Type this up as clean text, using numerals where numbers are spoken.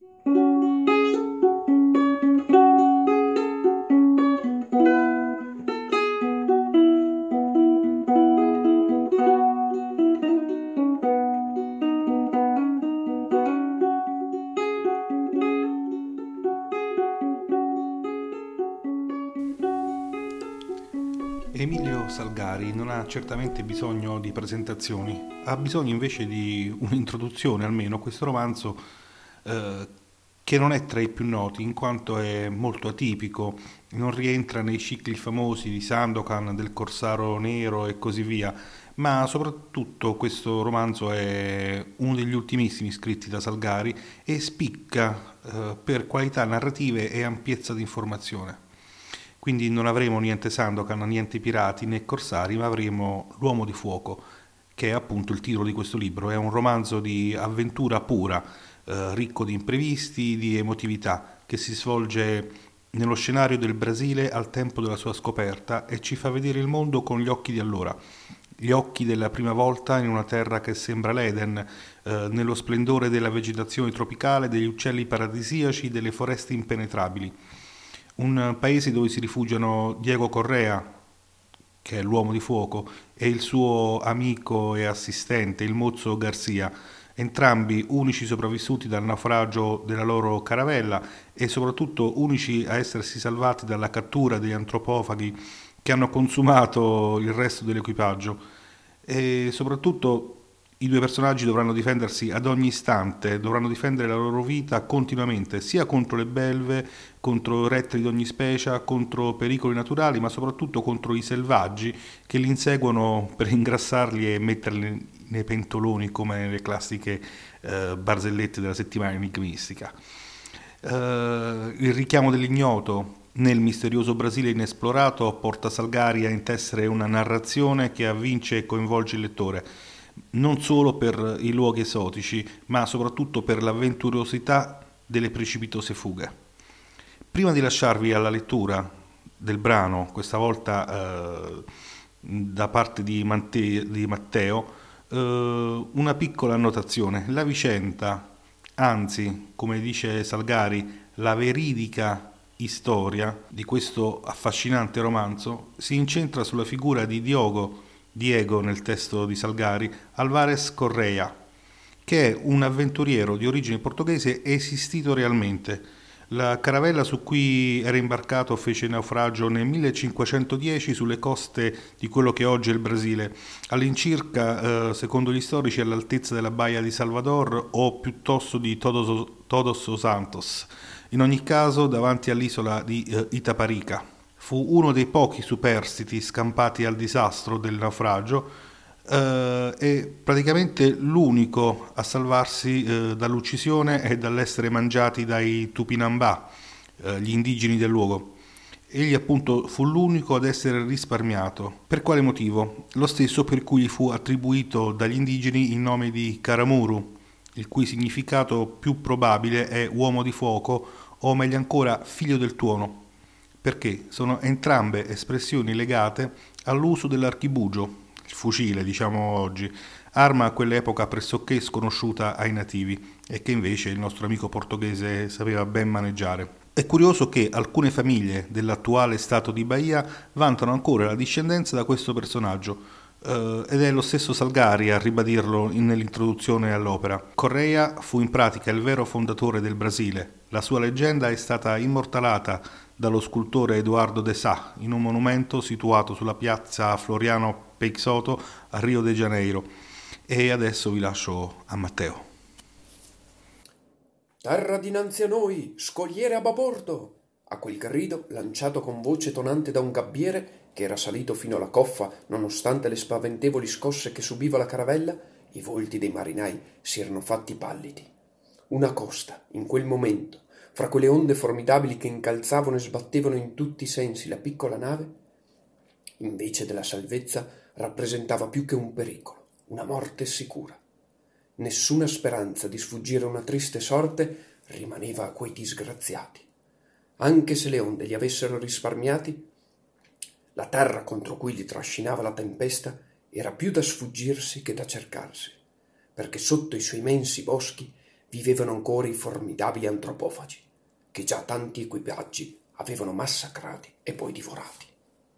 Emilio Salgari non ha certamente bisogno di presentazioni, ha bisogno invece di un'introduzione almeno a questo romanzo che non è tra i più noti in quanto è molto atipico, non rientra nei cicli famosi di Sandokan, del Corsaro Nero e così via, ma soprattutto questo romanzo è uno degli ultimissimi scritti da Salgari e spicca per qualità narrative e ampiezza di informazione. Quindi non avremo niente Sandokan, niente pirati né corsari, ma avremo L'uomo di fuoco, che è appunto il titolo di questo libro. È un romanzo di avventura pura, ricco di imprevisti, di emotività, che si svolge nello scenario del Brasile al tempo della sua scoperta e ci fa vedere il mondo con gli occhi di allora. Gli occhi della prima volta in una terra che sembra l'Eden, nello splendore della vegetazione tropicale, degli uccelli paradisiaci, delle foreste impenetrabili. Un paese dove si rifugiano Diego Correa, che è l'uomo di fuoco, e il suo amico e assistente, il mozzo Garcia, entrambi unici sopravvissuti dal naufragio della loro caravella e soprattutto unici a essersi salvati dalla cattura degli antropofagi che hanno consumato il resto dell'equipaggio. E soprattutto i due personaggi dovranno difendersi ad ogni istante, dovranno difendere la loro vita continuamente, sia contro le belve, contro rettili di ogni specie, contro pericoli naturali, ma soprattutto contro i selvaggi che li inseguono per ingrassarli e metterli nei pentoloni come nelle classiche barzellette della settimana enigmistica. Il richiamo dell'ignoto nel misterioso Brasile inesplorato porta Salgari a intessere una narrazione che avvince e coinvolge il lettore non solo per i luoghi esotici, ma soprattutto per l'avventurosità delle precipitose fughe. Prima di lasciarvi alla lettura del brano, questa volta da parte di Matteo, una piccola annotazione. La vicenda, anzi, come dice Salgari, la veridica storia di questo affascinante romanzo si incentra sulla figura di Diego nel testo di Salgari, Álvares Correia, che è un avventuriero di origine portoghese esistito realmente. La caravella su cui era imbarcato fece naufragio nel 1510 sulle coste di quello che oggi è il Brasile, all'incirca, secondo gli storici, all'altezza della baia di Salvador o piuttosto di Todos os Santos, in ogni caso davanti all'isola di Itaparica. Fu uno dei pochi superstiti scampati al disastro del naufragio e praticamente l'unico a salvarsi dall'uccisione e dall'essere mangiati dai Tupinambá, gli indigeni del luogo. Egli appunto fu l'unico ad essere risparmiato. Per quale motivo? Lo stesso per cui gli fu attribuito dagli indigeni il nome di Karamuru, il cui significato più probabile è uomo di fuoco o meglio ancora figlio del tuono, perché sono entrambe espressioni legate all'uso dell'archibugio, il fucile diciamo oggi, arma a quell'epoca pressoché sconosciuta ai nativi e che invece il nostro amico portoghese sapeva ben maneggiare. È curioso che alcune famiglie dell'attuale stato di Bahia vantano ancora la discendenza da questo personaggio, ed è lo stesso Salgari a ribadirlo nell'introduzione all'opera. Correia fu in pratica il vero fondatore del Brasile. La sua leggenda è stata immortalata dallo scultore Eduardo de Sá in un monumento situato sulla piazza Floriano Peixoto a Rio de Janeiro. E adesso vi lascio a Matteo. Terra dinanzi a noi, scogliere a babordo! A quel grido, lanciato con voce tonante da un gabbiere che era salito fino alla coffa nonostante le spaventevoli scosse che subiva la caravella, i volti dei marinai si erano fatti pallidi. Una costa, in quel momento, fra quelle onde formidabili che incalzavano e sbattevano in tutti i sensi la piccola nave, invece della salvezza rappresentava più che un pericolo, una morte sicura. Nessuna speranza di sfuggire a una triste sorte rimaneva a quei disgraziati. Anche se le onde li avessero risparmiati, la terra contro cui li trascinava la tempesta era più da sfuggirsi che da cercarsi, perché sotto i suoi immensi boschi vivevano ancora i formidabili antropofagi, che già tanti equipaggi avevano massacrati e poi divorati.